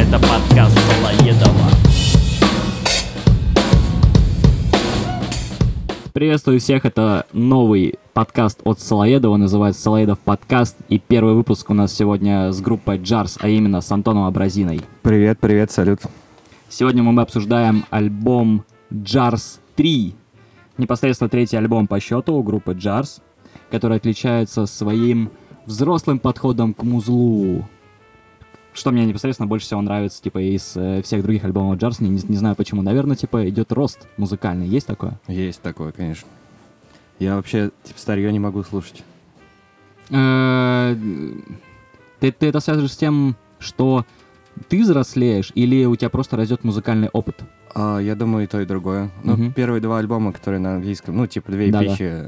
Это подкаст Солоедова. Приветствую всех, это новый подкаст от Солоедова, называется Солоедов подкаст, и первый выпуск у нас сегодня с группой Джарс, а именно с Антоном Абразиной. Привет, привет, салют. Сегодня мы обсуждаем альбом Джарс 3, непосредственно третий альбом по счету у группы Джарс, который отличается своим взрослым подходом к музлу. Что мне непосредственно больше всего нравится, типа, из всех других альбомов Джарс, не знаю почему. Наверное, типа, идет рост музыкальный. Есть такое? Есть такое, конечно. Я вообще, типа, старье не могу слушать. Ты это связываешь с тем, что ты взрослеешь, или у тебя просто растет музыкальный опыт? Я думаю, и то, и другое. Ну, первые два альбома, которые на английском, ну, типа, две эпихи,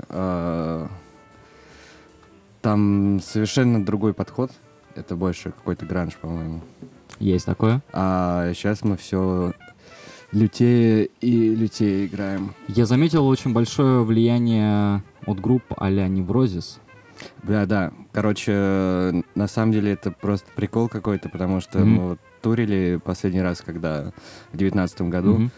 там совершенно другой подход. Это больше какой-то гранж, по-моему. Есть такое. А сейчас мы все лютее и лютее играем. Я заметил очень большое влияние от групп а-ля Неврозис. Да. Короче, на самом деле это просто прикол какой-то, потому что мы вот турили последний раз, когда в 19-м году,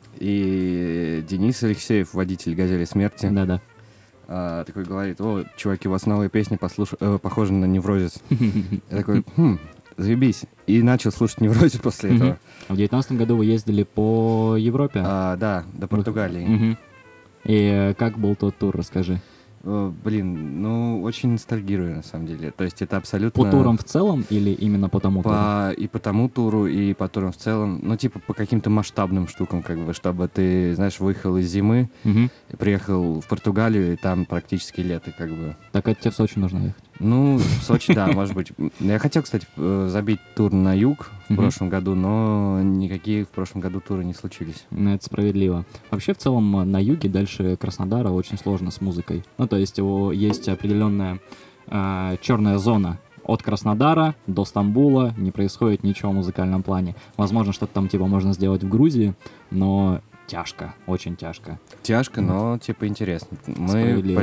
и Денис Алексеев, водитель «Газели смерти», Да-да. такой говорит: о, чуваки, у вас новая песня похожа на Неврозис. Я такой: заебись. И начал слушать Неврозис после этого. В 19-м году вы ездили по Европе? Да, до Португалии. И как был тот тур, расскажи. Блин, ну, очень ностальгирую, на самом деле. То есть это абсолютно... По турам в целом или именно по тому туру? И по тому туру, и по турам в целом. Ну, типа, по каким-то масштабным штукам, как бы, чтобы ты, знаешь, выехал из зимы, и приехал в Португалию, и там практически лето, как бы. Так это тебе в Сочи нужно ехать? Ну, в Сочи, да, может быть. Я хотел, кстати, забить тур на юг в прошлом году, но никакие в прошлом году туры не случились. Это справедливо. Вообще, в целом, на юге, дальше Краснодара, очень сложно с музыкой. Ну, то есть, есть определенная черная зона. От Краснодара до Стамбула не происходит ничего в музыкальном плане. Возможно, что-то там, типа, можно сделать в Грузии, но тяжко, очень тяжко. Тяжко, но, типа, интересно. Мы Справедливо.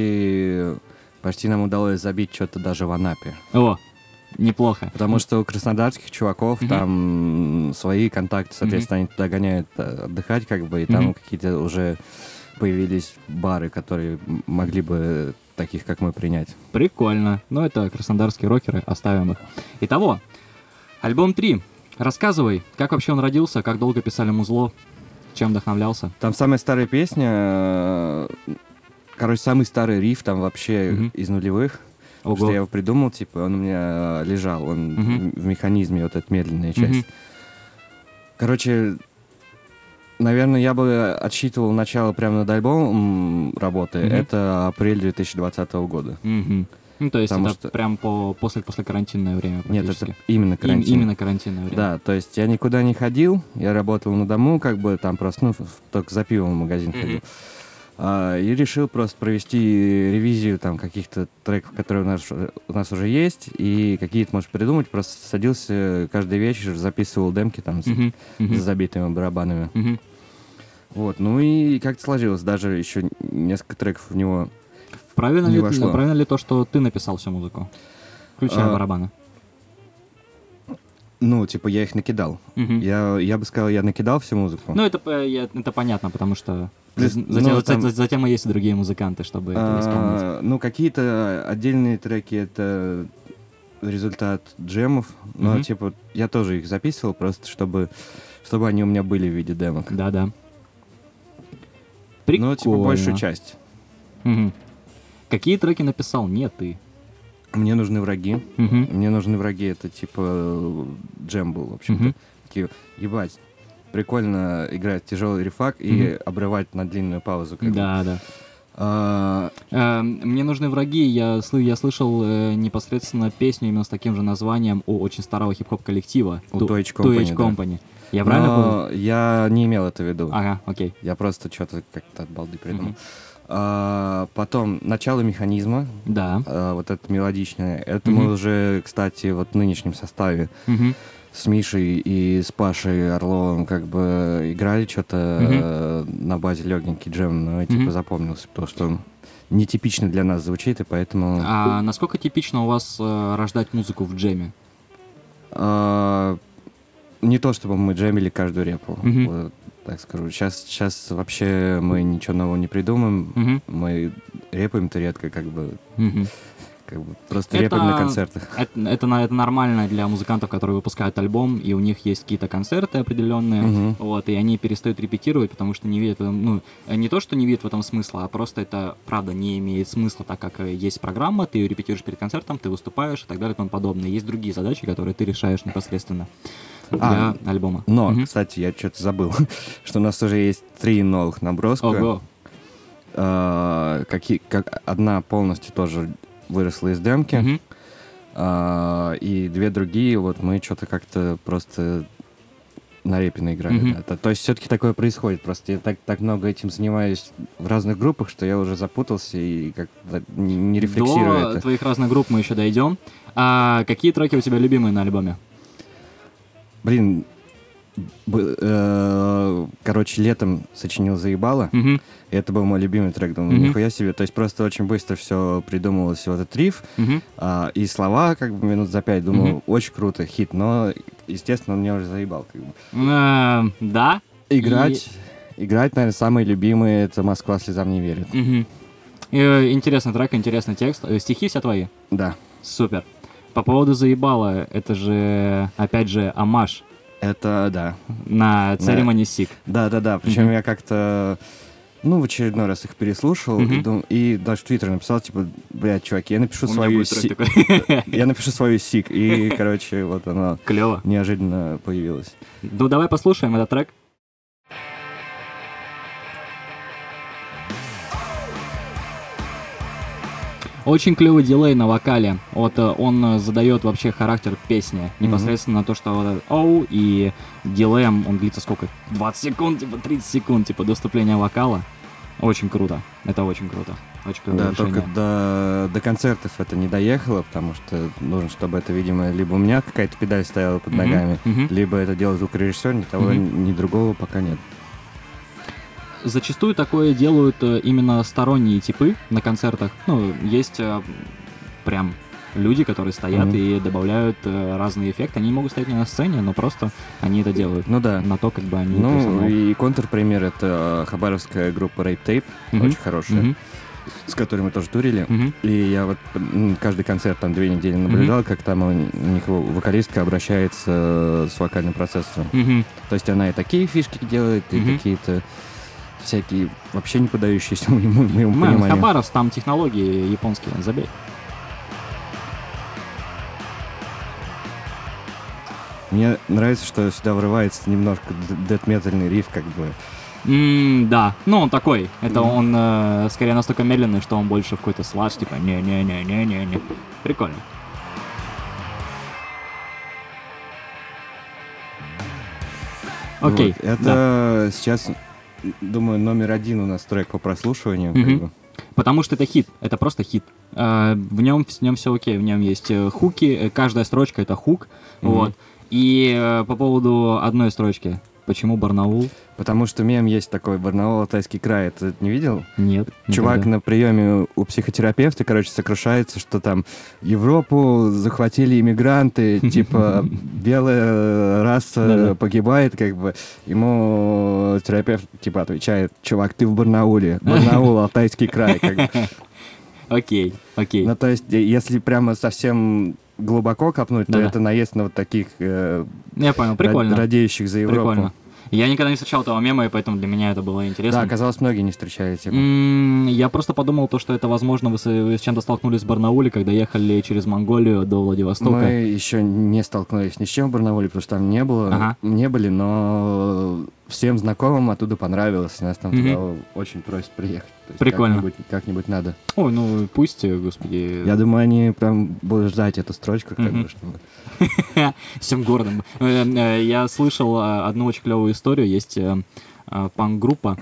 Почти нам удалось забить что-то даже в Анапе. О, неплохо. Потому что у краснодарских чуваков там свои контакты, соответственно, они туда гоняют отдыхать, как бы, и там какие-то уже появились бары, которые могли бы таких, как мы, принять. Прикольно. Ну, это краснодарские рокеры, оставим их. Итого, альбом 3. Рассказывай, как вообще он родился, как долго писали музло, чем вдохновлялся? Там самая старая песня... Короче, самый старый риф там вообще из нулевых. Потому что я его придумал, типа, он у меня лежал, он в механизме, вот эта медленная часть. Короче, наверное, я бы отсчитывал начало прямо над альбомом работы. Это апрель 2020 года. Ну, то есть это прям после карантинное время практически. Нет, это именно карантин. Именно карантинное время. Да, то есть я никуда не ходил, я работал на дому, как бы там просто, только за пивом в магазин ходил. И решил просто провести ревизию там каких-то треков, которые у нас уже есть, и какие-то, может, придумать. Просто садился каждый вечер, записывал демки там с забитыми барабанами. Вот, ну и как-то сложилось. Даже еще несколько треков в него не вошло. Правильно ли то, что ты написал всю музыку, включая барабаны? Ну, типа, я их накидал. Я бы сказал, я накидал всю музыку. Ну, это понятно, потому что затем и есть и другие музыканты, чтобы это исполнить. Ну, какие-то отдельные треки — это результат джемов, но, типа, я тоже их записывал, просто чтобы они у меня были в виде демок. Да. Прикольно. Ну, типа, большую часть. Какие треки написал не ты? Мне нужны враги. Мне нужны враги. Это типа джем был, в общем-то. Такие, ебать, прикольно играть тяжелый рифак и обрывать на длинную паузу. Да. Мне нужны враги. Я слышал непосредственно песню именно с таким же названием у очень старого хип-хоп коллектива. У Two H Company. Я правильно понял? Я не имел это в виду. Ага, окей. Я просто что-то как-то от балды придумал. Потом начало механизма. Да. Вот это мелодичное. Это мы уже, кстати, вот в нынешнем составе с Мишей и с Пашей Орловым как бы играли что-то на базе легенький джем, но типа запомнился, потому что он нетипично для нас звучит, и поэтому... А насколько типично у вас рождать музыку в джеме? не то, чтобы мы джемили каждую репу, Мгм. вот так скажу. Сейчас вообще мы ничего нового не придумаем. Мгм. Мы репаем-то редко, Мгм. просто Это- репаем на концертах. Это нормально для музыкантов, которые выпускают альбом, и у них есть какие-то концерты определенные, Мгм. вот, и они перестают репетировать, потому что не видят, ну, не то, что не видят в этом смысла, а просто это, правда, не имеет смысла, так как есть программа, ты ее репетируешь перед концертом, ты выступаешь и так далее и тому подобное. Есть другие задачи, которые ты решаешь непосредственно для альбома. Но, Мгм. кстати, я что-то забыл, что у нас уже есть 3 новых наброска. Ого. Одна полностью тоже выросла из демки, Мгм. и 2 другие, вот мы что-то как-то просто на репе наиграли. Мгм. Да. То есть все-таки такое происходит. Просто я так много этим занимаюсь в разных группах, что я уже запутался и как-то не рефлексирую До это. твоих разных групп мы еще дойдем. А какие треки у тебя любимые на альбоме? Блин, короче, летом сочинил «Заебало». Мгм. И это был мой любимый трек. Думаю, Мгм. нихуя себе. То есть просто очень быстро все придумывалось, вот этот риф. Мгм. И слова как бы минут за 5. Думаю, Мгм. очень круто, хит. Но, естественно, он меня уже заебал. Как бы. Да. Играть, наверное, самые любимые — это «Москва слезам не верит». Мгм. Интересный трек, интересный текст. Стихи все твои? Да. Супер. По поводу «Заебало», это же, опять же, омаж Это, да. на Ceremony Sick. Да. Причем я как-то, в очередной раз их переслушал и даже в Твиттер написал, типа, блядь, чуваки, я напишу У меня свою будет трек такой. я напишу свою сик. И, короче, вот оно Клево. неожиданно появилось. Ну, давай послушаем этот трек. Очень клевый дилей на вокале. Вот он задает вообще характер песни. Непосредственно то, что вот этот оу, и дилеем он длится сколько? 20 секунд, типа 30 секунд, типа до вступления вокала. Очень круто. Это очень круто. Очень клевое Да, решение. только до концертов это не доехало, потому что нужно, чтобы это, видимо, либо у меня какая-то педаль стояла под Мгм, ногами, мгм. либо это делал звукорежиссер, ни того, ни другого пока нет. Зачастую такое делают именно сторонние типы на концертах. Ну, есть прям люди, которые стоят Мгм. и добавляют разные эффекты. Они не могут стоять не на сцене, но просто они это делают. Ну да. На то, как бы они... Ну, персонал. и контрпример — это хабаровская группа Rape Tape, Мгм. очень хорошая, Мгм. с которой мы тоже турили. Мгм. И я вот каждый концерт там 2 недели наблюдал, как там у них вокалистка обращается с вокальным процессором. Мгм. То есть она и такие фишки делает, и Мгм. какие-то всякие вообще не поддающиеся моему Мэн, пониманию. Хабаровск, там технологии японские, забей. Мне нравится, что сюда врывается немножко дэт-метальный риф, как бы. Да, ну он такой. Это он скорее настолько медленный, что он больше в какой-то слаж, типа не-не-не-не-не-не. Прикольно. Окей. Вот. Это сейчас, думаю, номер 1 у нас трек по прослушиванию. Как Мгм. бы. Потому что это хит, это просто хит. В нем все окей, в нем есть хуки, каждая строчка это хук, вот. И по поводу одной строчки, почему Барнаул? Потому что мем есть такой, Барнаул, Алтайский край, это не видел? Нет. Чувак никогда. на приеме у психотерапевта, короче, сокрушается, что там Европу захватили иммигранты, типа белая раса Да-да. погибает, как бы. Ему терапевт типа отвечает: чувак, ты в Барнауле, Барнаул, Алтайский край. Как бы. Окей. Ну, то есть, если прямо совсем глубоко копнуть, то Да-да. это наезд на вот таких Я понял, прикольно. радеющих за Европу. Прикольно. Я никогда не встречал этого мема, и поэтому для меня это было Да, интересно. оказалось, многие не встречали тему. Я просто подумал то, что это, возможно, вы с чем-то столкнулись в Барнауле, когда ехали через Монголию до Владивостока. Мы еще не столкнулись ни с чем в Барнауле, потому что там не было, Ага. не были, но всем знакомым оттуда понравилось, нас там туда очень просят приехать. То есть Прикольно. Как-нибудь надо. Ой, ну пусть, господи. Я думаю, они прям будут ждать эту строчку, как бы, чтобы... Всем городом. Я слышал одну очень клевую историю. Есть панк-группа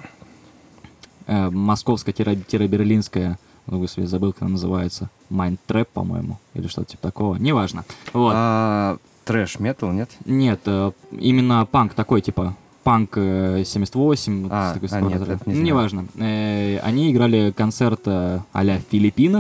московско-берлинская. Ну, господи, забыл, как она называется. Mind Trap, по-моему. Или что-то типа такого. Неважно. Вот. Трэш-метал, нет? Нет, именно панк такой, типа панк 78. вот А, такой нет, это не знаю. неважно. Они играли концерт а-ля в Филиппинах.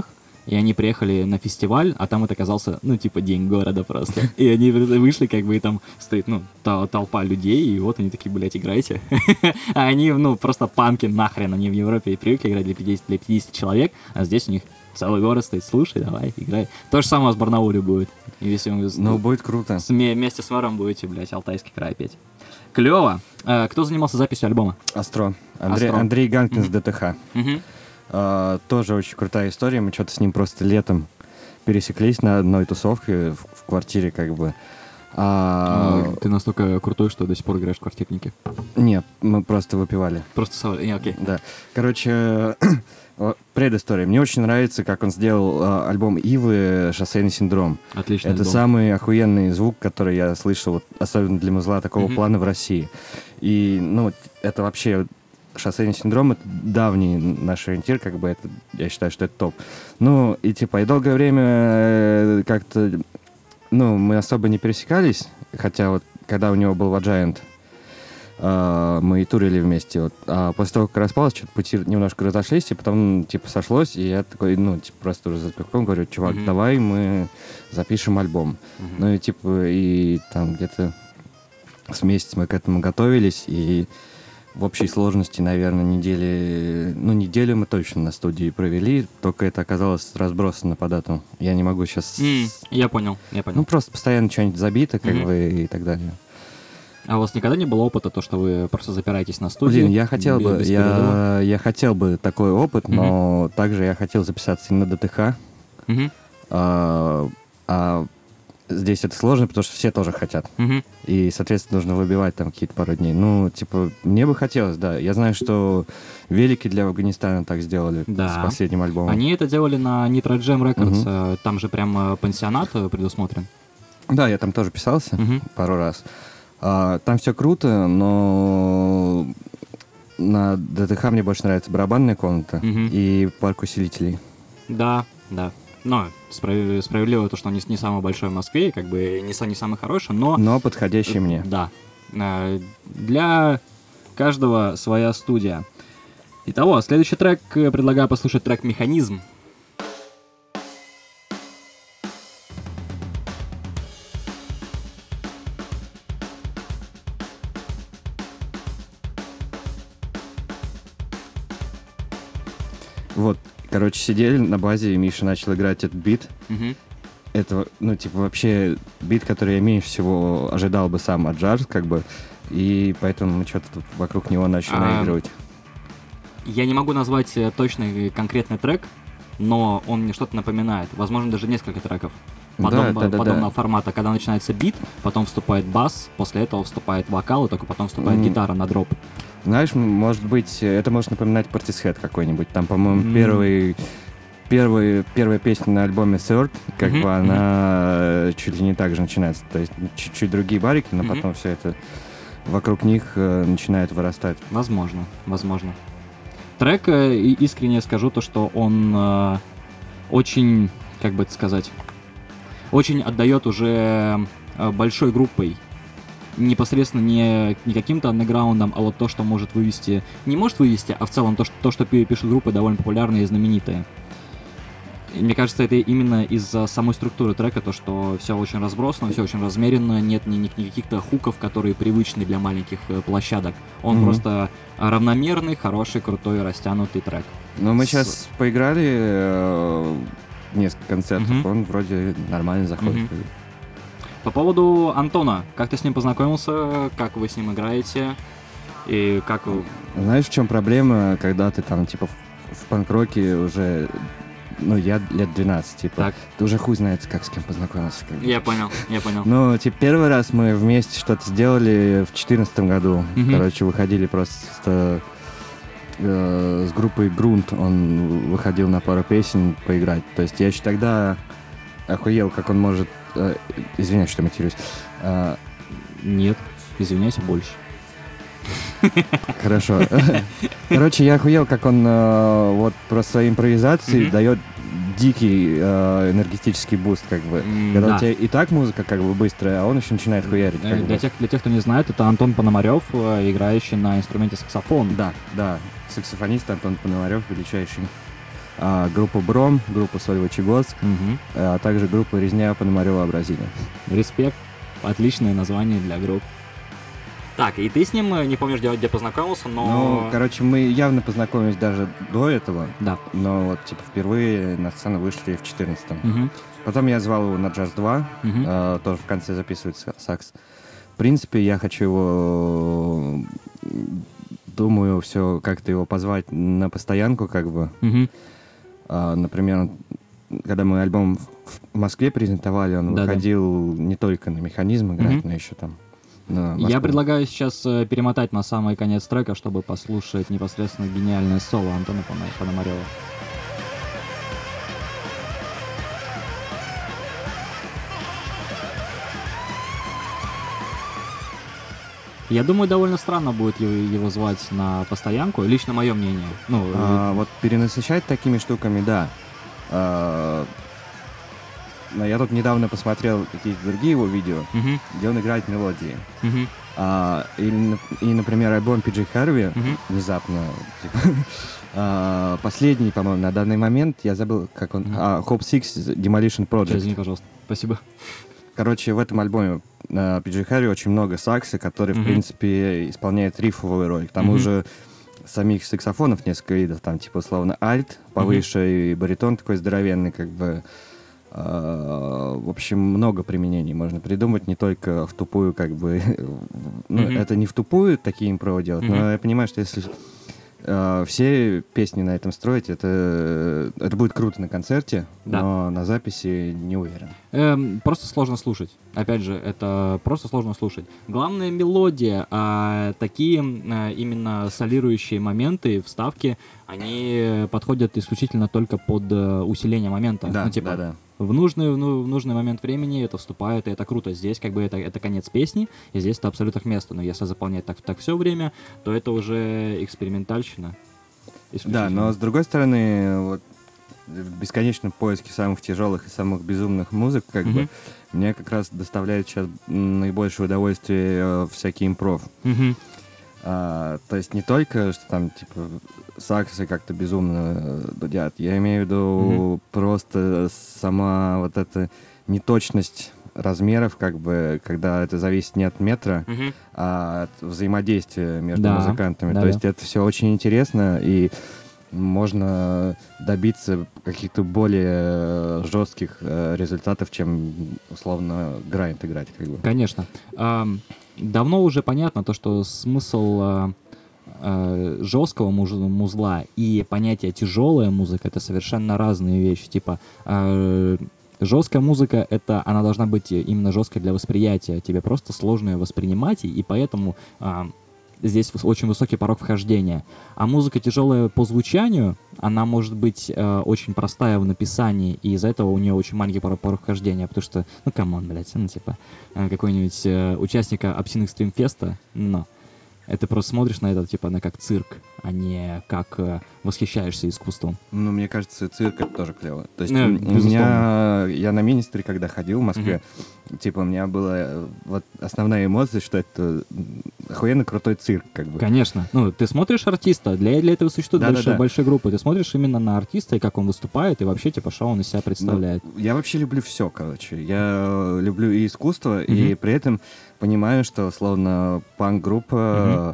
и они приехали на фестиваль, а там это оказался, ну, типа, день города просто. И они вышли, как бы, и там стоит, ну, толпа людей, и вот они такие, блядь, играйте. А они, ну, просто панки нахрен, они в Европе привыкли играть для 50 человек, а здесь у них целый город стоит, слушай, давай, играй. То же самое с Барнауле будет. Ну, будет круто. Вместе с мэром будете, блядь, Алтайский край петь. Клево. Кто занимался записью альбома? Астро. Астро. Андрей Ганкин с ДТХ. Мгм. Тоже очень крутая история. Мы что-то с ним просто летом пересеклись на одной тусовке в квартире, как бы. Ты настолько крутой, что до сих пор играешь в квартирники. Нет, мы просто выпивали. Просто окей. Да. Короче, предыстория. Мне очень нравится, как он сделал альбом Ивы «Шоссейный синдром». Отличный Это альбом. самый охуенный звук, который я слышал, вот, особенно для музла такого плана в России. И, ну, это вообще... «Шоссейный синдром» — это давний наш ориентир, как бы это, я считаю, что это топ. Ну, и типа, и долгое время как-то, ну, мы особо не пересекались, хотя вот, когда у него был Vagient, мы и турили вместе, вот. А после того, как распалось, что-то пути немножко разошлись, и потом, типа, сошлось, и я такой, ну, типа, просто уже за пивком говорю, чувак, давай мы запишем альбом. Ну, и, типа, и там где-то с месяц мы к этому готовились, и в общей сложности, наверное, неделю мы точно на студии провели, только это оказалось разбросано по датам. Я не могу сейчас... Я понял. Ну, просто постоянно что-нибудь забито, как бы, и так далее. А у вас никогда не было опыта, то, что вы просто запираетесь на студии? Блин, я хотел бы, без перерыва? я хотел бы такой опыт, но также я хотел записаться и на ДТХ. Мгм. А здесь это сложно, потому что все тоже хотят. Мгм. И, соответственно, нужно выбивать там какие-то пару дней. Ну, типа, мне бы хотелось, да. Я знаю, что велики для Афганистана так сделали Да. с последним альбомом. Они это делали на Nitro Jam Records. Там же прям пансионат предусмотрен. Да, я там тоже писался Мгм. пару раз. Там все круто, но на ДТХ мне больше нравится барабанная комната и парк усилителей. Да. Но справедливо то, что он не самый большой в Москве, как бы не самый хороший, Но подходящий мне. Да. Для каждого своя студия. Итого, следующий трек предлагаю послушать трек «Механизм». Вот, короче, сидели на базе, и Миша начал играть этот бит. Мгм. Это, ну, типа, вообще бит, который я меньше всего ожидал бы сам от Джарс, как бы. И поэтому мы что-то тут вокруг него начали наигрывать. Я не могу назвать точный конкретный трек, но он мне что-то напоминает. Возможно, даже несколько треков подобного формата, когда начинается бит, потом вступает бас, после этого вступает вокал, и только потом вступает гитара на дроп. Знаешь, может быть, это может напоминать Portishead какой-нибудь. Там, по-моему, первая песня на альбоме Third, как бы она чуть ли не так же начинается. То есть чуть-чуть другие барики, но потом все это вокруг них начинает вырастать. Возможно. Трек, искренне скажу то, что он очень, как бы это сказать, очень отдает уже большой группой. Непосредственно не каким-то андеграундом, а вот то, что может вывести... Не может вывести, а в целом то, что пишут группы, довольно популярные и знаменитые. И мне кажется, это именно из-за самой структуры трека, то, что все очень разбросано, все очень размеренно, нет никаких-то хуков, которые привычны для маленьких площадок. Он просто равномерный, хороший, крутой, растянутый трек. Но мы сейчас поиграли несколько концертов, он вроде нормально заходит. По поводу Антона, как ты с ним познакомился, как вы с ним играете, и как... Знаешь, в чем проблема, когда ты там, типа, в панк-роке уже... Ну, я лет 12, типа. Так. Ты уже хуй знает, как с кем познакомился. Я понял. Ну, типа, первый раз мы вместе что-то сделали в 2014 году. Короче, выходили просто с группой Грунт. Он выходил на пару песен поиграть. То есть я еще тогда охуел, как он может... Извиняюсь, что матерюсь. Нет, извиняйся больше. Хорошо. Короче, я охуел, как он вот просто своей импровизацией дает дикий энергетический буст, как бы. Когда у тебя и так музыка как бы быстрая, а он еще начинает хуярить. Для тех, кто не знает, это Антон Пономарев, играющий на инструменте саксофон. Да, саксофонист Антон Пономарев, величайший. группа Бром, группа Сольвычегодск, а также группа Резня Пономарева Абразина. Респект. Отличное название для групп. Так, и ты с ним, не помнишь, где познакомился, но... Ну, короче, мы явно познакомились даже до этого. Да. Но вот, типа, впервые на сцену вышли в 14-м. Мгм. Потом я звал его на Джаз 2, Мгм. тоже в конце записывается сакс. В принципе, я хочу его... Думаю, все как-то его позвать на постоянку, как бы. Мгм. Например, когда мы альбом в Москве презентовали, он Да-да. выходил не только на механизм играть, но еще там на Я Москву. предлагаю сейчас перемотать на самый конец трека, чтобы послушать непосредственно гениальное соло Антона Пономарева. Я думаю, довольно странно будет его звать на постоянку, лично мое мнение. Ну, Вот перенасыщать такими штуками, да. Но я тут недавно посмотрел какие-то другие его видео, мгм, где он играет мелодии. мгм, И, например, альбом PJ Harvey мгм. внезапно, типа, последний, по-моему, на данный момент, я забыл, как он... Hope Six Demolition Project. Извини, пожалуйста. Спасибо. Короче, в этом альбоме PJ Harvey очень много сакса, который, в принципе, исполняет рифовую роль. К тому же самих саксофонов несколько видов, там, типа, условно, альт повыше и баритон такой здоровенный, как бы... В общем, много применений можно придумать, не только в тупую, как бы... Ну, это не в тупую такие импровы делать, но я понимаю, что если все песни на этом строить, это будет круто на концерте, Да. но на записи не уверен. Просто сложно слушать. Опять же, это просто сложно слушать. Главная мелодия, а такие именно солирующие моменты, вставки, они подходят исключительно только под усиление момента. Да, Ну, типа, да. в нужный момент времени это вступает, и это круто. Здесь как бы это конец песни, и здесь это абсолютно к месту. Но если заполнять так все время, то это уже экспериментальщина. Да, но с другой стороны, вот в бесконечном поиске самых тяжелых и самых безумных музык, как бы, мне как раз доставляет сейчас наибольшее удовольствие всякий импров. То есть не только, что там, типа, саксы как-то безумно дудят. Я имею в виду просто сама вот эта неточность размеров, как бы, когда это зависит не от метра, а от взаимодействия между музыкантами. Да, То есть это все очень интересно, и можно добиться каких-то более жестких результатов, чем, условно, грайнд играть. Как бы. Конечно. Давно уже понятно то, что смысл жесткого музла и понятие тяжелая музыка — это совершенно разные вещи. Типа жесткая музыка — это она должна быть именно жесткой для восприятия. Тебе просто сложно ее воспринимать, и поэтому здесь очень высокий порог вхождения. А музыка тяжелая по звучанию, она может быть очень простая в написании, и из-за этого у нее очень маленький порог вхождения, потому что, ну, камон, блядь, ну, типа, какой-нибудь участника Obscene Extreme Fest, но ты просто смотришь на это, типа, на как цирк, а не как восхищаешься искусством. Ну, мне кажется, цирк — это тоже клево. То есть безусловно. я на Министри, когда ходил в Москве, типа, у меня была вот основная эмоция, что это охуенно крутой цирк, как бы. Конечно. Ну, ты смотришь артиста, для этого существуют большие группы, ты смотришь именно на артиста и как он выступает, и вообще, типа, что он из себя представляет. Ну, я вообще люблю все, короче. Я люблю и искусство, и при этом понимаю, что, словно, панк-группа,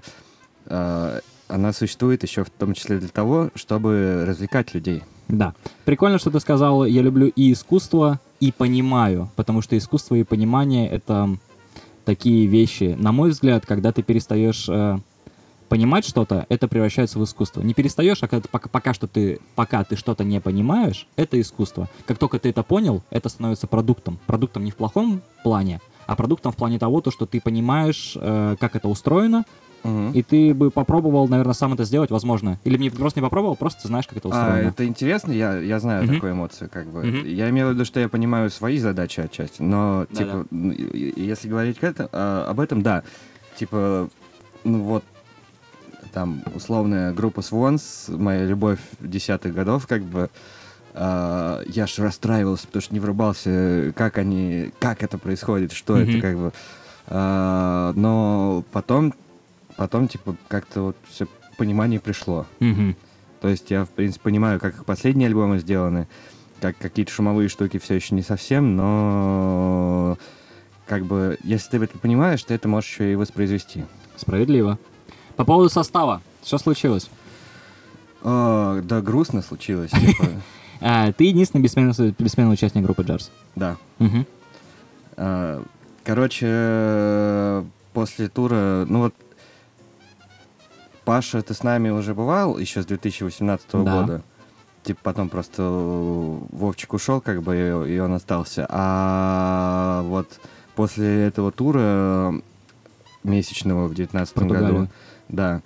она существует еще в том числе для того, чтобы развлекать людей. Да. Прикольно, что ты сказал, я люблю и искусство, и понимаю, потому что искусство и понимание — это такие вещи. На мой взгляд, когда ты перестаешь понимать что-то, это превращается в искусство. Не перестаешь, а когда пока ты что-то не понимаешь, это искусство. Как только ты это понял, это становится продуктом. Продуктом не в плохом плане, а продуктом в плане того, что ты понимаешь, как это устроено, и ты бы попробовал, наверное, сам это сделать, возможно. Или мне просто не попробовал, просто ты знаешь, как это устроено. Это интересно, я знаю такую эмоцию, как бы. Я имел в виду, что я понимаю свои задачи отчасти, но, типа, если говорить об этом, да. Типа, ну вот, там, условная группа Swans, моя любовь 10-х годов, как бы, я ж расстраивался, потому что не врубался, как это происходит, что это, как бы. Но потом, типа, как-то вот все понимание пришло. То есть я, в принципе, понимаю, как их последние альбомы сделаны, как какие-то шумовые штуки все еще не совсем, но как бы, если ты это понимаешь, ты это можешь еще и воспроизвести. Справедливо. По поводу состава. Что случилось? Да, грустно случилось. Типа, Ты единственный бессменный участник группы Джарс. да. Мгм. Короче, после тура, ну вот, Паша, ты с нами уже бывал еще с 2018 Да. года. Типа потом просто Вовчик ушел, как бы, и он остался. А вот после этого тура месячного в 2019 Португалию. году, да,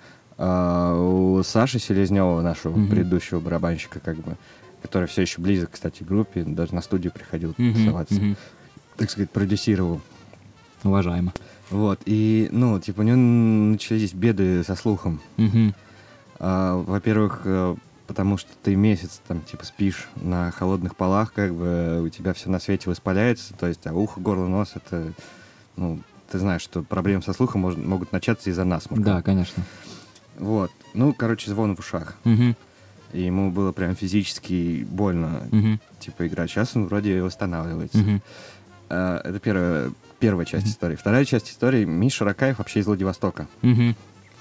у Саши Селезнева, нашего Мгм. предыдущего барабанщика, как бы, который все еще близок, кстати, к группе, даже на студию приходил Мгм, тусоваться, мгм. так сказать, продюсировал. Уважаемо. Вот, и, ну, типа, у него начались беды со слухом. Мгм. Во-первых, потому что ты месяц, там, типа, спишь на холодных полах, как бы, у тебя все на свете воспаляется, то есть, а ухо, горло, нос, это, ну, ты знаешь, что проблемы со слухом могут начаться из-за насморка. Да, конечно. Вот, ну, короче, звон в ушах. Мгм. И ему было прям физически больно, Мгм. типа, играть. Сейчас он вроде восстанавливается. Мгм. Это первая часть истории. Вторая часть истории. Миша Ракаев вообще из Владивостока. Мгм.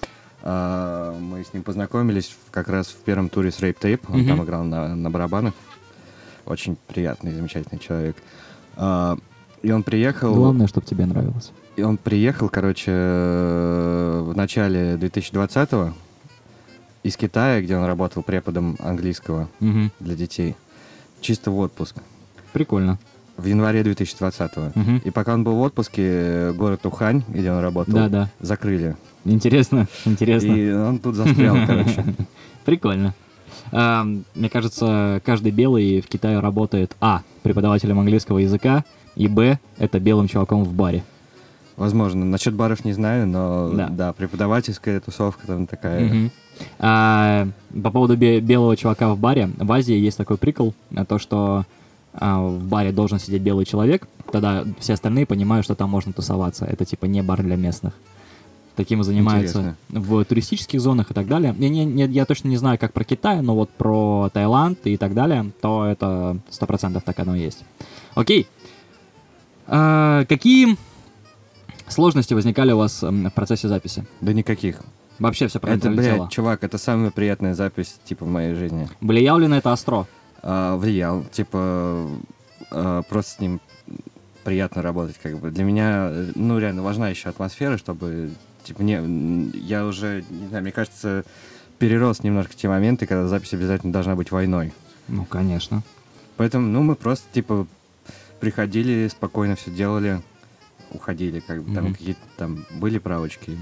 Мы с ним познакомились как раз в первом туре с Rape Tape. Он Мгм. там играл на барабанах. Очень приятный, замечательный человек. И он приехал... Главное, чтобы тебе нравилось. И он приехал, короче, в начале 2020-го из Китая, где он работал преподом английского Мгм. для детей. Чисто в отпуск. Прикольно. В январе 2020-го. Мгм. И пока он был в отпуске, город Ухань, где он работал, Да-да. закрыли. Интересно, интересно. И он тут застрял, короче. Прикольно. Мне кажется, каждый белый в Китае работает преподавателем английского языка, и это белым чуваком в баре. Возможно. Насчет баров не знаю, но Да. да, преподавательская тусовка там такая. Мгм. По поводу белого чувака в баре, в Азии есть такой прикол, то, что в баре должен сидеть белый человек, тогда все остальные понимают, что там можно тусоваться. Это типа не бар для местных. Таким занимаются Интересно. в туристических зонах и так далее. Я точно не знаю, как про Китай, но вот про Таиланд и так далее, то это 100% так оно и есть. Окей. Какие сложности возникали у вас в процессе записи? Да никаких. Вообще все правильно Это, летело. блядь, чувак, это самая приятная запись, типа, в моей жизни. Влиял ли на это Астро? Влиял. Типа, просто с ним приятно работать, как бы. Для меня, ну, реально важна еще атмосфера, чтобы, типа, я уже, не знаю, мне кажется, перерос немножко те моменты, когда запись обязательно должна быть войной. Ну, конечно. Поэтому, ну, мы просто, типа, приходили, спокойно все делали, уходили, как бы, там Мгм. какие-то там были правочки.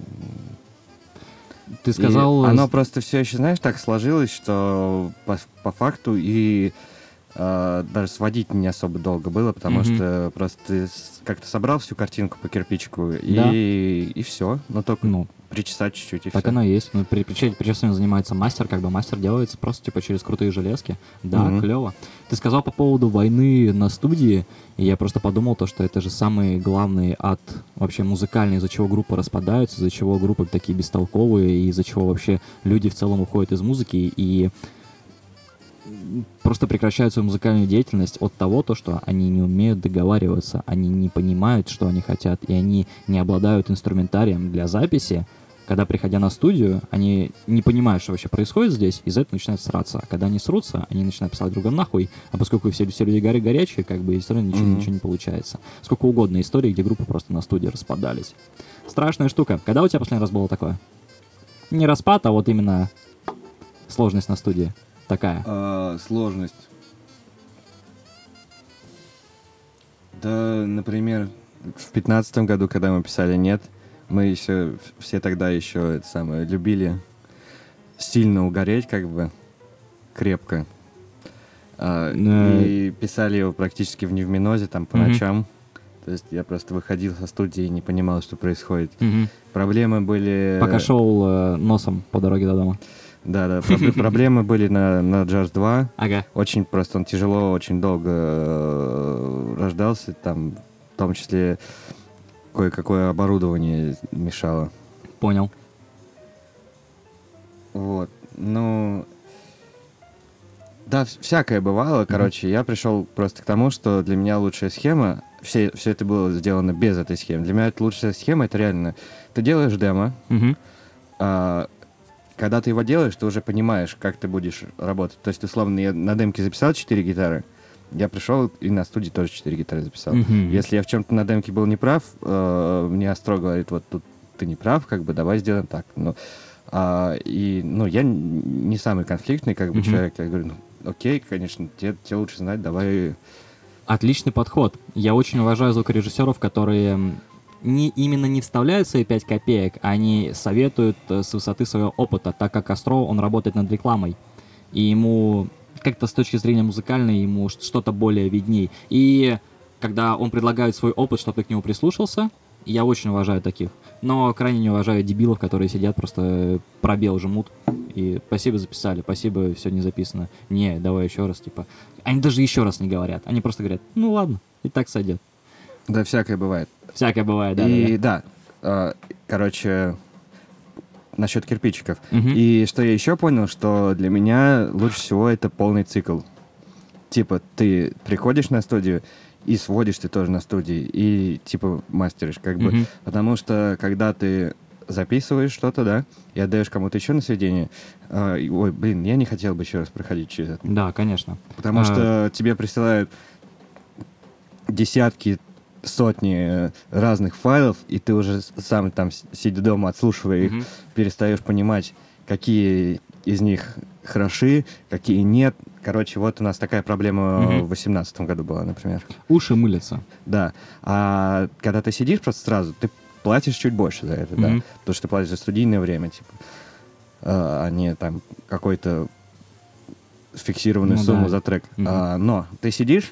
Ты И сказал... оно просто все еще, знаешь, так сложилось, что по факту и даже сводить не особо долго было, потому Мгм. что просто ты как-то собрал всю картинку по кирпичику, Да. и все. Но только Ну, причесать чуть-чуть, и так все. оно и есть. Ну, причесыванием занимается мастер, как бы мастер делается просто типа через крутые железки. Да, Мгм. клево. Ты сказал по поводу войны на студии, и я просто подумал то, что это же самый главный ад вообще музыкальный, из-за чего группы распадаются, из-за чего группы такие бестолковые, и из-за чего вообще люди в целом уходят из музыки и просто прекращают свою музыкальную деятельность от того, то, что они не умеют договариваться, они не понимают, что они хотят, и они не обладают инструментарием для записи. Когда, приходя на студию, они не понимают, что вообще происходит здесь, из-за этого начинают сраться. А когда они срутся, они начинают писать друга нахуй, а поскольку все люди горячие, как бы, все равно ничего не получается. Сколько угодно историй, где группы просто на студии распадались. Страшная штука. Когда у тебя последний раз было такое? Не распад, а вот именно сложность на студии такая. Сложность. Да, например, в 15-м году, когда мы писали «Нет», мы еще, все тогда еще это самое, любили сильно угореть, как бы, крепко. И писали его практически в невминозе, там, по ночам. То есть я просто выходил со студии и не понимал, что происходит. Мгм. Проблемы были... Пока шел носом по дороге до дома. Да, проблемы были на Jars 2. Ага. Очень просто, он тяжело, очень долго рождался, там, в том числе, кое-какое оборудование мешало. Понял. Вот. Ну, Да, всякое бывало. Короче, я пришел просто к тому, что для меня лучшая схема, все это было сделано без этой схемы. Для меня это лучшая схема, это реально, ты делаешь демо, Мгм. а, когда ты его делаешь, ты уже понимаешь, как ты будешь работать. То есть, условно, я на демке записал 4 гитары, я пришел и на студии тоже 4 гитары записал. Мгм. Если я в чем-то на демке был неправ, мне Астро говорит, вот тут ты не прав, как бы давай сделаем так. Ну, я не самый конфликтный как бы Мгм. человек. Я говорю, ну, окей, конечно, тебе лучше знать, давай. Отличный подход. Я очень уважаю звукорежиссеров, которые именно не вставляют свои 5 копеек, а они советуют с высоты своего опыта, так как Астро, он работает над рекламой, и ему как-то с точки зрения музыкальной ему что-то более видней. И когда он предлагает свой опыт, чтобы ты к нему прислушался, я очень уважаю таких. Но крайне не уважаю дебилов, которые сидят, просто пробел жмут. И спасибо записали, спасибо, все не записано. Не, давай еще раз, типа. Они даже еще раз не говорят. Они просто говорят, ну ладно, и так сойдет. Да, всякое бывает. Всякое бывает, да. И короче, насчет кирпичиков. Мгм. И что я еще понял, что для меня лучше всего это полный цикл. Типа, ты приходишь на студию, и сводишь ты тоже на студии, и типа мастеришь, как бы. Мгм. Потому что когда ты записываешь что-то, да, и отдаешь кому-то еще на сведение, ой, блин, я не хотел бы еще раз проходить через это. Да, конечно. Потому что тебе присылают десятки, сотни разных файлов, и ты уже сам там, сидя дома, отслушивая их, Мгм. перестаешь понимать, какие из них хороши, какие нет. Короче, вот у нас такая проблема Мгм. в 2018 году была, например. Уши мылятся. Да. А когда ты сидишь просто сразу, ты платишь чуть больше за это, да. Мгм. Потому что ты платишь за студийное время, типа, а не там какой-то фиксированную Ну сумму да. за трек. Мгм. Но ты сидишь,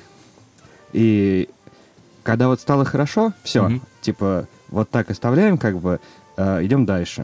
и когда вот стало хорошо, все, Мгм. типа, вот так оставляем, как бы, идем дальше.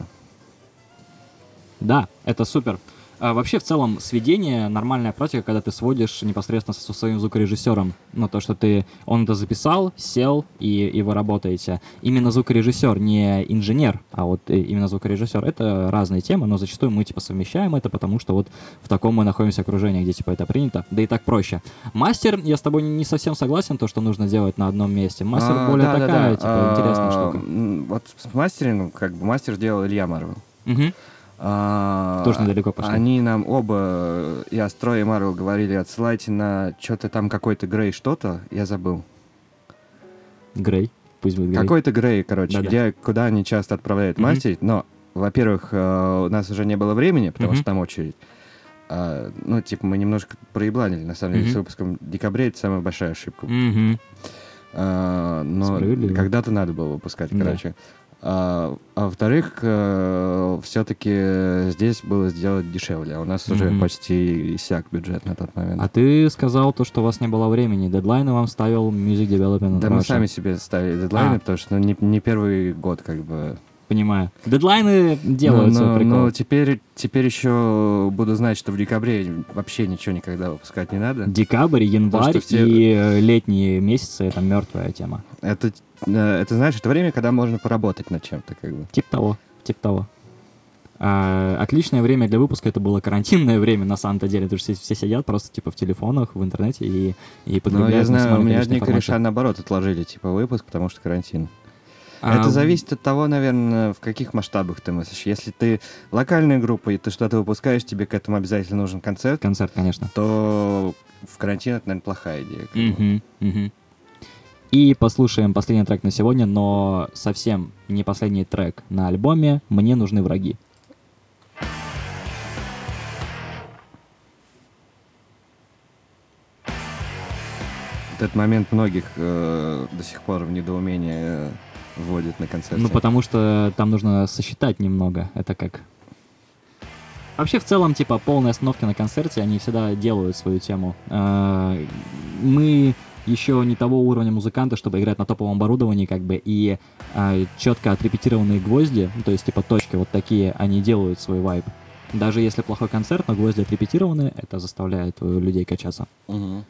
Да, это супер. Вообще, в целом, сведение — нормальная практика, когда ты сводишь непосредственно со своим звукорежиссером. Ну, то, что он это записал, сел, и вы работаете. Именно звукорежиссер, не инженер, а вот именно звукорежиссер. Это разные темы, но зачастую мы, типа, совмещаем это, потому что вот в таком мы находимся окружении, где, типа, это принято. Да и так проще. Мастер, я с тобой не совсем согласен, то, что нужно делать на одном месте. Мастер более такая, типа, интересная штука. Вот с мастерингом, как бы, мастер делал Илья Марвел. Мгм. Тоже недалеко пошли. Они нам оба, и Астро, и Марвел, говорили, отсылайте на что-то там, какой-то Грей что-то, я забыл. Грей. Пусть будет Грей. Какой-то Грей, короче, Да-да. куда они часто отправляют Мгм. мастерить, но, во-первых, у нас уже не было времени, потому Мгм. что там очередь. Мы немножко проебланили, на самом деле, Мгм. с выпуском «Декабря», это самая большая ошибка. Мгм. Но Справедливо. когда-то надо было выпускать, Да. короче. Во-вторых, все-таки здесь было сделать дешевле, а у нас уже Мгм. почти иссяк бюджет на тот момент. А ты сказал то, что у вас не было времени. Дедлайны вам ставил Music Development Да мы Russia. сами себе ставили дедлайны, А. потому что не первый год, как бы. Понимаю. Дедлайны делают свой прикол. Но теперь еще буду знать, что в декабре вообще ничего никогда выпускать не надо. Декабрь, январь что все- и летние месяцы — это мертвая тема. Это, знаешь, это время, когда можно поработать над чем-то, как бы. Тип того. Отличное время для выпуска — это было карантинное время, на самом-то деле, потому что все сидят просто типа в телефонах, в интернете и Но потребляют я знаю, у максимальное меня количество одни кореша, информации. наоборот, отложили, типа, выпуск, потому что карантин. Это зависит от того, наверное, в каких масштабах ты мыслишь. Если ты локальная группа, и ты что-то выпускаешь, тебе к этому обязательно нужен концерт, Концерт, конечно. то в карантин это, наверное, плохая идея. как бы. Мгм, мгм. И послушаем последний трек на сегодня, но совсем не последний трек на альбоме «Мне нужны враги». Этот момент многих до сих пор в недоумение вводит на концерте. Ну, потому что там нужно сосчитать немного. Это как... Вообще, в целом, типа, полные остановки на концерте, они всегда делают свою тему. Мы еще не того уровня музыканта, чтобы играть на топовом оборудовании, как бы, и четко отрепетированные гвозди, то есть, типа, точки вот такие, они делают свой вайб. Даже если плохой концерт, но гвозди отрепетированы, это заставляет людей качаться. Мгм.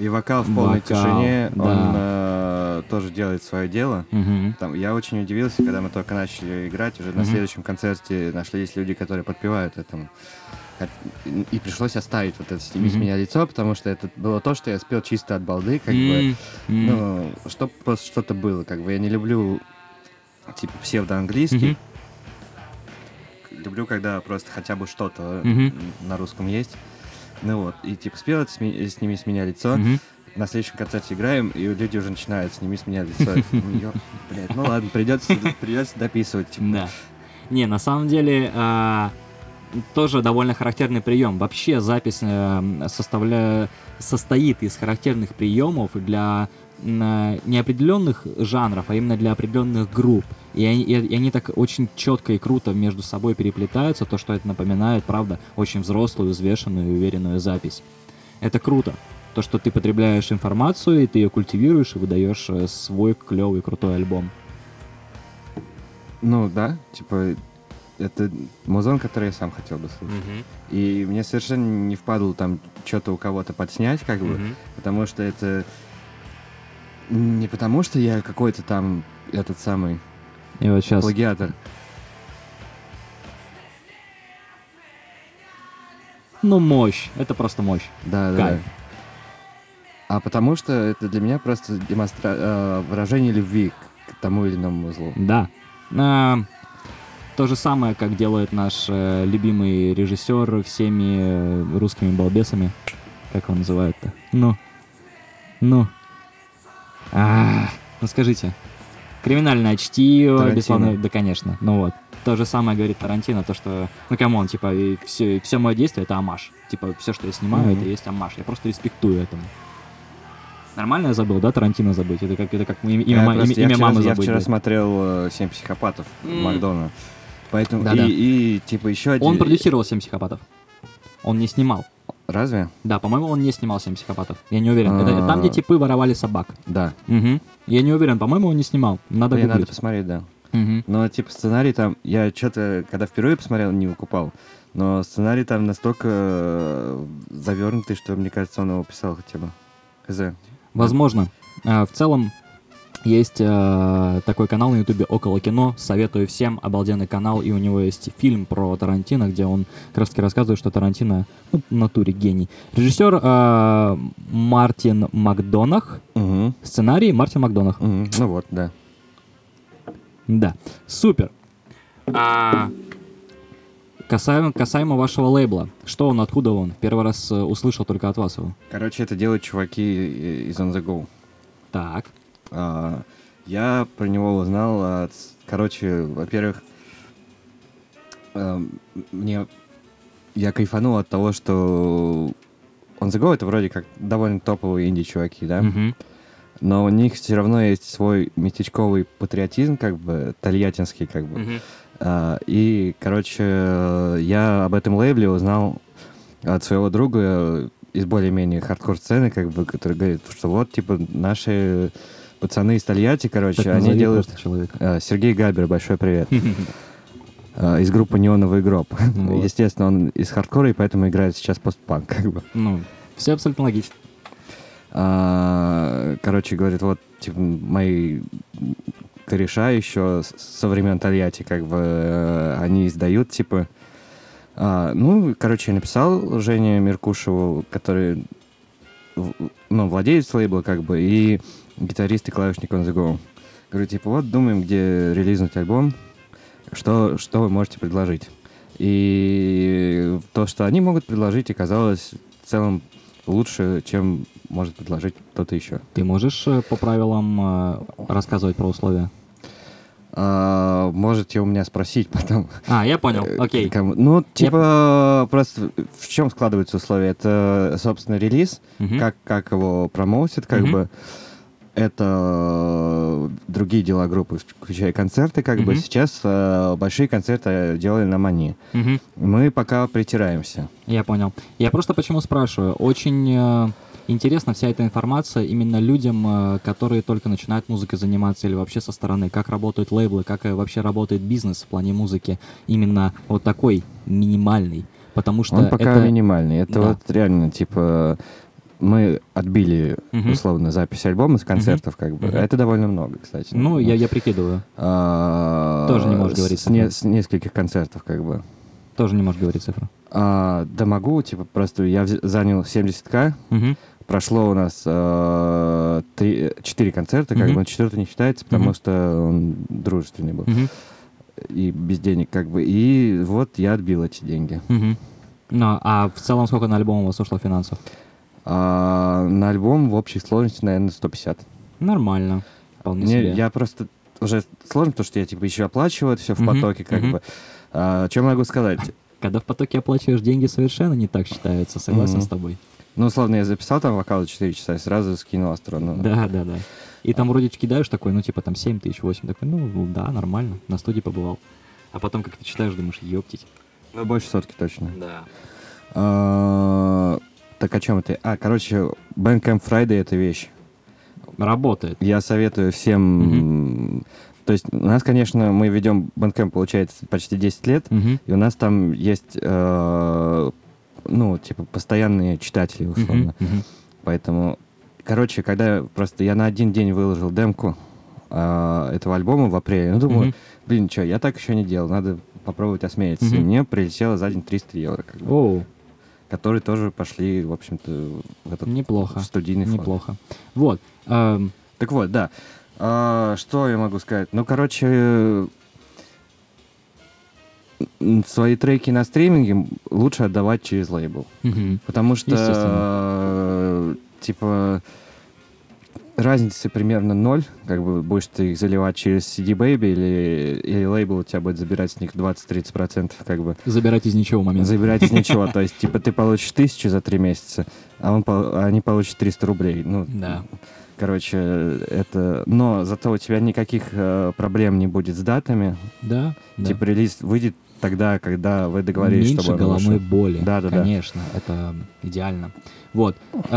И вокал в полной Вокал, тишине, да. он тоже делает свое дело. Мгм. Там, я очень удивился, когда мы только начали играть, уже на следующем концерте нашлись люди, которые подпевают этому. И пришлось оставить вот это «Сними с меня лицо», потому что это было то, что я спел чисто от балды, как бы, ну, чтоб просто что-то было, как бы. Я не люблю, типа, псевдоанглийский. Люблю, когда просто хотя бы что-то на русском есть. Ну вот, и типа спел это «Сними с меня лицо». На следующем концерте играем, и люди уже начинают «Сними с меня лицо». Блядь, ну ладно, придется дописывать. Типа. Да. Не, на самом деле, тоже довольно характерный прием. Вообще запись состоит из характерных приемов для не определенных жанров, а именно для определенных групп. И они так очень четко и круто между собой переплетаются, то, что это напоминает, правда, очень взрослую, взвешенную и уверенную запись. Это круто. То, что ты потребляешь информацию, и ты ее культивируешь, и выдаешь свой клевый, крутой альбом. Ну да, типа, это музон, который я сам хотел бы слушать. И мне совершенно не впадло там что-то у кого-то подснять, как бы, потому что это... Не потому что я какой-то там этот самый И вот сейчас... плагиатор. Ну, мощь. Это просто мощь. Да, Кайф. да. А потому что это для меня просто выражение любви к тому или иному узлу. Да. То же самое, как делает наш любимый режиссер всеми русскими балбесами. Как его называют-то? Ну скажите. Криминальное чтиво, Тарантино. бесславно, да, конечно. Ну вот. То же самое говорит Тарантино, то что, ну камон, типа, все мое действие — это омаж. Типа, все, что я снимаю, это и есть омаж. Я просто респектую этому. Нормально я забыл, да, Тарантино забыть? Это как имя мамы забыть. Я вчера да. смотрел «Семь психопатов» Макдона. Поэтому Да-да. и типа еще один... Он продюсировал «Семь психопатов». Он не снимал. Разве? Да, по-моему, он не снимал «Семь психопатов». Я не уверен. Это там, где типы воровали собак. Да. Угу. Я не уверен, по-моему, он не снимал. Надо Мне надо гуглить. посмотреть, да. Мгм. Но типа сценарий там... Я что-то, когда впервые посмотрел, не выкупал. Но сценарий там настолько завернутый, что, мне кажется, он его писал хотя бы. Хз. Возможно. В целом, есть такой канал на ютубе «Около кино». Советую всем. Обалденный канал. И у него есть фильм про Тарантино, где он как раз таки рассказывает, что Тарантино, ну, в натуре гений. Режиссер Мартин Макдонах. Угу. Сценарий Мартин Макдонах. Ну вот, да. Да. Супер. Касаемо вашего лейбла. Что он, откуда он? Первый раз услышал только от вас его. Короче, это делают чуваки из On The Go. Так. Я про него узнал от... Короче, во-первых, я кайфанул от того, что On The Go — это вроде как довольно топовые инди-чуваки, да? Мгм. Но у них все равно есть свой местечковый патриотизм, как бы, тольяттинский, как бы. Мгм. И, короче, я об этом лейбле узнал от своего друга из более-менее хардкор-сцены, как бы, который говорит, что вот, типа, наши пацаны из Тольятти, короче, Так они назови делают... просто человека. Сергей Габер, большой привет. Из группы «Неоновый гроб». Вот. Естественно, он из хардкора, и поэтому играет сейчас постпанк, как бы. Ну, все абсолютно логично. Короче, говорит, вот, типа, мои кореша еще со времен Тольятти, как бы, они издают, типа... Ну, короче, я написал Жене Меркушеву, который, ну, владелец лейбла, как бы, и гитарист и клавишник On The Go. Говорю, типа, вот, думаем, где релизнуть альбом, что вы можете предложить. И то, что они могут предложить, оказалось в целом лучше, чем может предложить кто-то еще. Ты можешь по правилам рассказывать про условия? Можете у меня спросить потом. Я понял, окей. Ну, типа, просто в чем складываются условия? Это, собственно, релиз, Мгм. как его промоутят, как Мгм. бы. Это другие дела группы, включая концерты, как бы. Мгм. Сейчас большие концерты делали на Мани. Мгм. Мы пока притираемся. Я понял. Я просто почему спрашиваю. Очень интересна вся эта информация именно людям, которые только начинают музыкой заниматься или вообще со стороны. Как работают лейблы, как вообще работает бизнес в плане музыки. Именно вот такой минимальный. Потому что Он пока это... минимальный. Это Да. вот реально, типа, мы отбили, Мгм. условно, запись альбома с концертов, как бы. Мгм. Это довольно много, кстати. Ну, я прикидываю. Тоже не можешь говорить цифру. С нескольких концертов, как бы. Тоже не можешь говорить цифру. Да могу, типа, просто я занял 70к, Мгм. прошло у нас 4 концерта, как Мгм. бы, но четвертый не считается, потому Мгм. что он дружественный был. Мгм. И без денег, как бы. И вот я отбил эти деньги. Мгм. Ну, а в целом сколько на альбом у вас ушло финансов? На альбом в общей сложности, наверное, 150. Нормально. Вполне себе. Я просто уже сложно, потому что я типа еще оплачиваю это все в Мгм, потоке, как мгм. бы. Что могу сказать? Когда в потоке оплачиваешь деньги, совершенно не так считаются. Согласен Мгм. с тобой. Ну, условно, я записал там вокал за 4 часа и сразу скинул Астрону. Да. И там вроде кидаешь такой, ну, типа там 7 тысяч, 8. Такой, ну, да, нормально. На студии побывал. А потом, как ты читаешь, думаешь, ёптить. Ну, больше сотки точно. Да. Так о чем это? Короче, Bandcamp Friday — это вещь. Работает. Я советую всем... То есть у нас, конечно, мы ведем Bandcamp, получается, почти 10 лет, Мгм. и у нас там есть, ну, типа, постоянные читатели, условно. Мгм, мгм. Поэтому, короче, когда просто я на один день выложил демку этого альбома в апреле, ну, думаю, Мгм. блин, что, я так еще не делал, надо попробовать осмелиться. И Мгм. мне прилетело за день 300 евро, как бы, Оу, которые тоже пошли, в общем-то, в этот неплохо. в студийный фонд. Неплохо. Вот. Так вот, да. Что я могу сказать? Ну, короче, свои треки на стриминге лучше отдавать через лейбл. Мгм. Потому что, Естественно. типа, разницы примерно ноль. Как бы будешь ты их заливать через CD Baby или лейбл у тебя будет забирать с них 20-30%, как бы. Забирать из ничего момент. Забирать из ничего. То есть, типа, ты получишь 1000 за 3 месяца, а они получат 300 рублей. Ну, Да. короче, это... Но зато у тебя никаких проблем не будет с датами. Да. Типа релиз выйдет тогда, когда вы договорились, Меньше чтобы он головной вышел. боли. Да. Конечно, это идеально. Вот.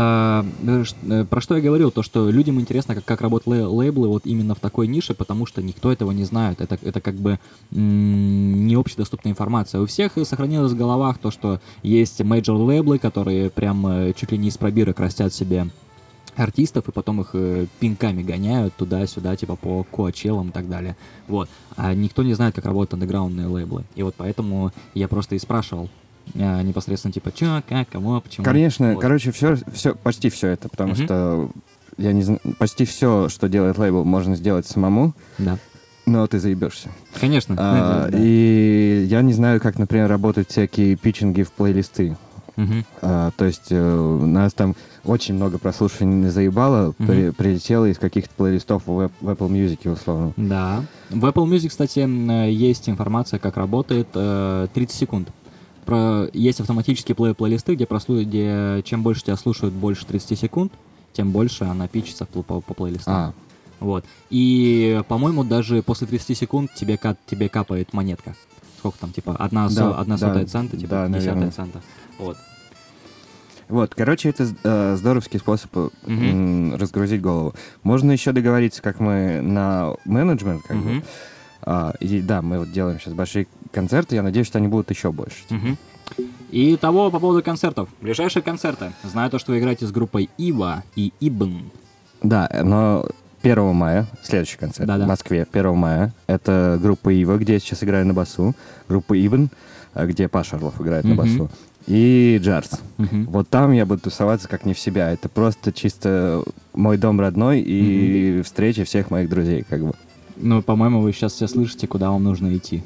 Про что я говорил? То, что людям интересно, как работают лейблы вот именно в такой нише, потому что никто этого не знает. Это как бы не общедоступная информация. У всех сохранилось в головах то, что есть мейджор лейблы, которые прям чуть ли не из пробирок растят себе артистов, и потом их пинками гоняют туда-сюда, типа по коачелам и так далее. Вот. А никто не знает, как работают андеграундные лейблы. И вот поэтому я просто и спрашивал непосредственно, типа, чё, как, кому, почему. Конечно, Вот. короче, почти все это, потому Мгм. что я не знаю, почти все, что делает лейбл, можно сделать самому, Да. но ты заебешься. Конечно. Да. И я не знаю, как, например, работают всякие питчинги в плейлисты. Мгм. То есть у нас там очень много прослушиваний заебало, Мгм. прилетело из каких-то плейлистов в Apple Music, условно. Да. В Apple Music, кстати, есть информация, как работает 30 секунд. Есть автоматические плейлисты, где чем больше тебя слушают больше 30 секунд, тем больше она питчится по плейлистам. Вот. И, по-моему, даже после 30 секунд тебе капает монетка. Сколько там, типа, одна сотая цента, типа, да, 10 наверное. цента. Вот. Вот, короче, это здоровский способ разгрузить голову. Можно еще договориться, как мы на менеджмент, как бы. Мгм. И да, мы вот делаем сейчас большие концерты, я надеюсь, что они будут еще больше. Мгм. И того по поводу концертов. Ближайшие концерты. Знаю то, что вы играете с группой Ива и Ибн. Да, но 1 мая, следующий концерт Да-да. в Москве, 1 мая, это группа Ива, где я сейчас играю на басу, группа Ибн, где Паша Орлов играет на Мгм. басу, и Джарс. Мгм. Вот там я буду тусоваться как не в себя. Это просто чисто мой дом родной и встреча всех моих друзей, как бы. Ну, по-моему, вы сейчас все слышите, куда вам нужно идти.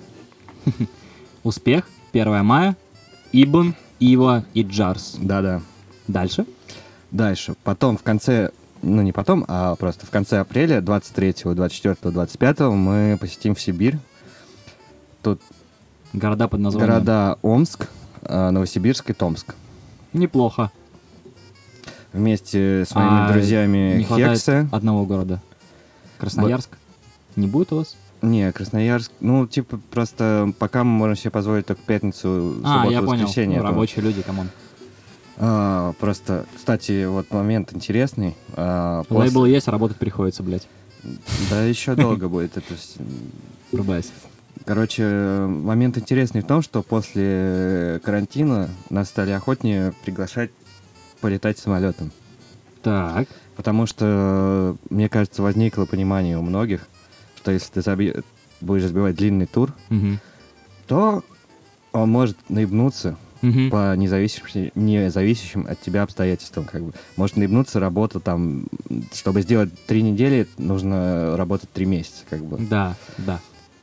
Успех, 1 мая, Ибн, Ива и Джарс. Да-да. Дальше? Дальше. Потом в конце, ну не потом, а просто в конце апреля, 23, 24, 25 мы посетим в Сибирь. Тут Города под названием. города Омск, Новосибирск и Томск. Неплохо. Вместе с моими друзьями Не хватает Хекса. одного города. Красноярск? Не будет у вас? Не, Красноярск. Ну, типа, просто пока мы можем себе позволить только пятницу, субботу, я понял. воскресенье. Ну, рабочие люди, камон. Просто, кстати, вот момент интересный. Лейбл есть, а работать приходится, блядь. Да еще долго будет это. Врубайся. Короче, момент интересный в том, что после карантина нас стали охотнее приглашать полетать самолетом. Так. Потому что, мне кажется, возникло понимание у многих, что если ты будешь забивать длинный тур, Мгм. то он может наебнуться Мгм. по независящим от тебя обстоятельствам. Как бы. Может наебнуться работа там, чтобы сделать 3 недели, нужно работать 3 месяца. Как бы. Да, да.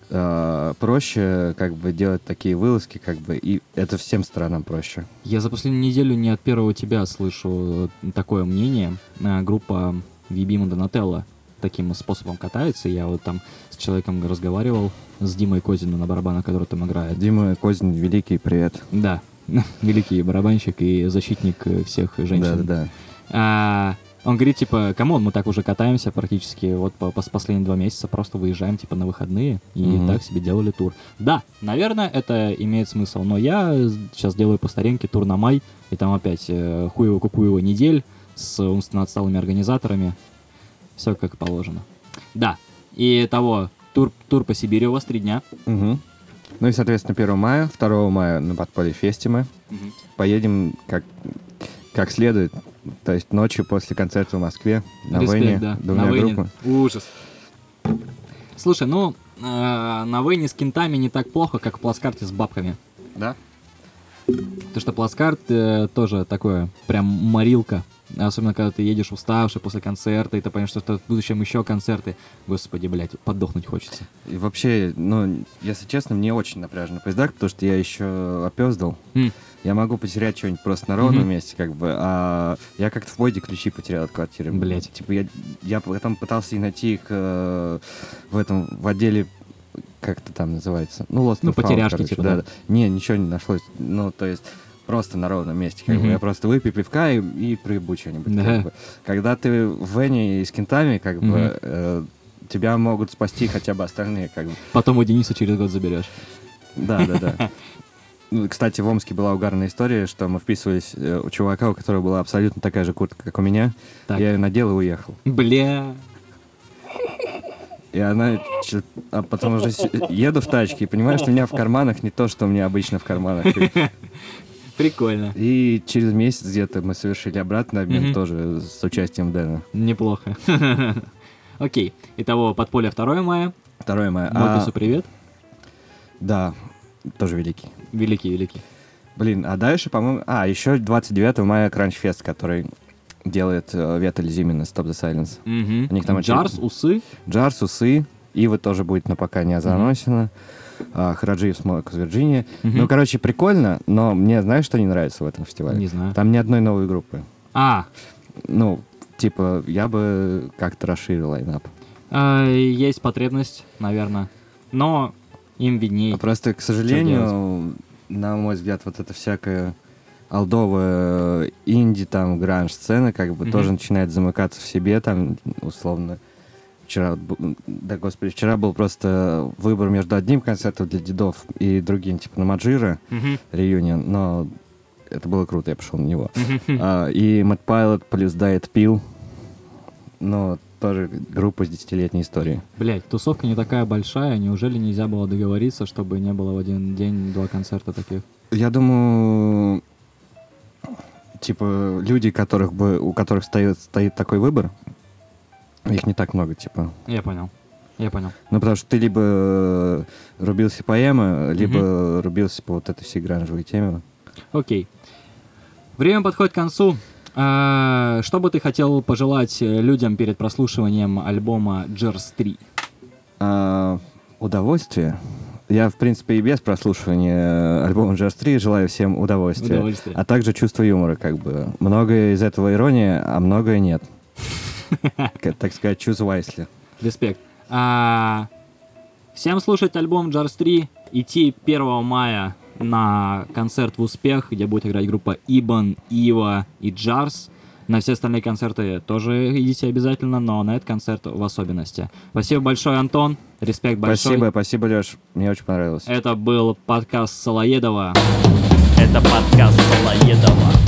Проще как бы делать такие вылазки, как бы, и это всем сторонам проще. Я за последнюю неделю не от первого тебя слышу такое мнение. Группа Вибима Донателло таким способом катается. Я вот там с человеком разговаривал, с Димой Козиным на барабанах, который там играет. Дима Козин, великий привет. Да, великий барабанщик и защитник всех женщин. Да. Он говорит, типа, камон, мы так уже катаемся практически вот по последние 2 месяца, просто выезжаем, типа, на выходные и Мгм. так себе делали тур. Да, наверное, это имеет смысл, но я сейчас делаю по старинке тур на май, и там опять хуево-кукуево недель с умственно отсталыми организаторами. Все как положено. Да, и того, тур по Сибири у вас 3 дня. Мгм. Ну и, соответственно, 1 мая, 2 мая на подполье фесте мы поедем как следует, то есть ночью после концерта в Москве на Респект, Вене, да. двумя На Вене. группами. Ужас. Слушай, ну, на Вене с кентами не так плохо, как в плацкарте с бабками. Да? Потому что плацкарт тоже такое, прям морилка. Особенно, когда ты едешь уставший после концерта, и ты понимаешь, что в будущем еще концерты. Господи, блядь, подохнуть хочется. И вообще, ну, если честно, мне очень напряжно поезда, потому что я еще опездал. Я могу потерять что-нибудь просто на ровном Мгм. месте, как бы, а я как-то в поезде ключи потерял от квартиры. Блядь. Типа я потом пытался и найти их в отделе, как это там называется? Ну, Lost Ну, and Found, потеряшки, короче, типа, да. да? Не, ничего не нашлось. Ну, то есть просто на ровном месте. Как бы. Мгм. Я просто выпью пивка и проебу что-нибудь. Да. Как бы. Когда ты в Вене и с кентами, как Мгм. бы, тебя могут спасти хотя бы остальные, как бы. Потом у Дениса через год заберешь. Да. Ну, кстати, в Омске была угарная история, что мы вписывались у чувака, у которого была абсолютно такая же куртка, как у меня. Так. Я ее надел и уехал. Бля. И она... А потом уже еду в тачке и понимаю, что у меня в карманах не то, что у меня обычно в карманах. Прикольно. И через месяц где-то мы совершили обратный обмен Мгм. тоже с участием Дэна. Неплохо. Окей. Итого, подполье 2 мая. 2 мая. Мотусу привет. Да, тоже великий. Великий. Блин, а дальше, по-моему... еще 29 мая Кранчфест, который делает Ветель Зимин из Stop the Silence. Мгм. У них там Джарс, усы. Джарс, Усы, Ива тоже будет на пока не заносено. Хараджиев Смок из Вирджинии. Мгм. Ну, короче, прикольно, но мне, знаешь, что не нравится в этом фестивале? Не знаю. Там ни одной новой группы. А, Ну, типа, я бы как-то расширил лайнап. есть потребность, наверное. Но им видней. Просто, к сожалению, на мой взгляд, вот это всякое олдовая инди, там, гранж-сцена, как бы, Мгм. тоже начинает замыкаться в себе, там, условно. Вчера был просто выбор между одним концертом для дедов и другим, типа, на Маджира, Мгм. реюнион, но это было круто, я пошел на него. Мгм. И Mad Pilot плюс Diet Pill, но тоже группа с 10-летней историей. Блять, тусовка не такая большая, неужели нельзя было договориться, чтобы не было в один день 2 концерта таких? Я думаю, типа, люди, у которых стоит такой выбор, их не так много, типа. Я понял. Ну, потому что ты либо рубился по эмо, либо рубился по вот этой всей гранжевой теме. Окей. Время подходит к концу. Что бы ты хотел пожелать людям перед прослушиванием альбома Джарс 3? Удовольствие. Я, в принципе, и без прослушивания альбома Джарс 3 желаю всем удовольствия. Удовольствие. А также чувство юмора, как бы. Многое из этого ирония, а многое нет. Так сказать, choose wisely. Респект. Всем слушать альбом Джарс 3, идти 1 мая на концерт в Успех, где будет играть группа Ибан, Ива и Джарс. На все остальные концерты тоже идите обязательно, но на этот концерт в особенности. Спасибо большое, Антон. Респект большой. Спасибо, Леш. Мне очень понравилось. Это был подкаст Салоедова. Это подкаст Солоедова.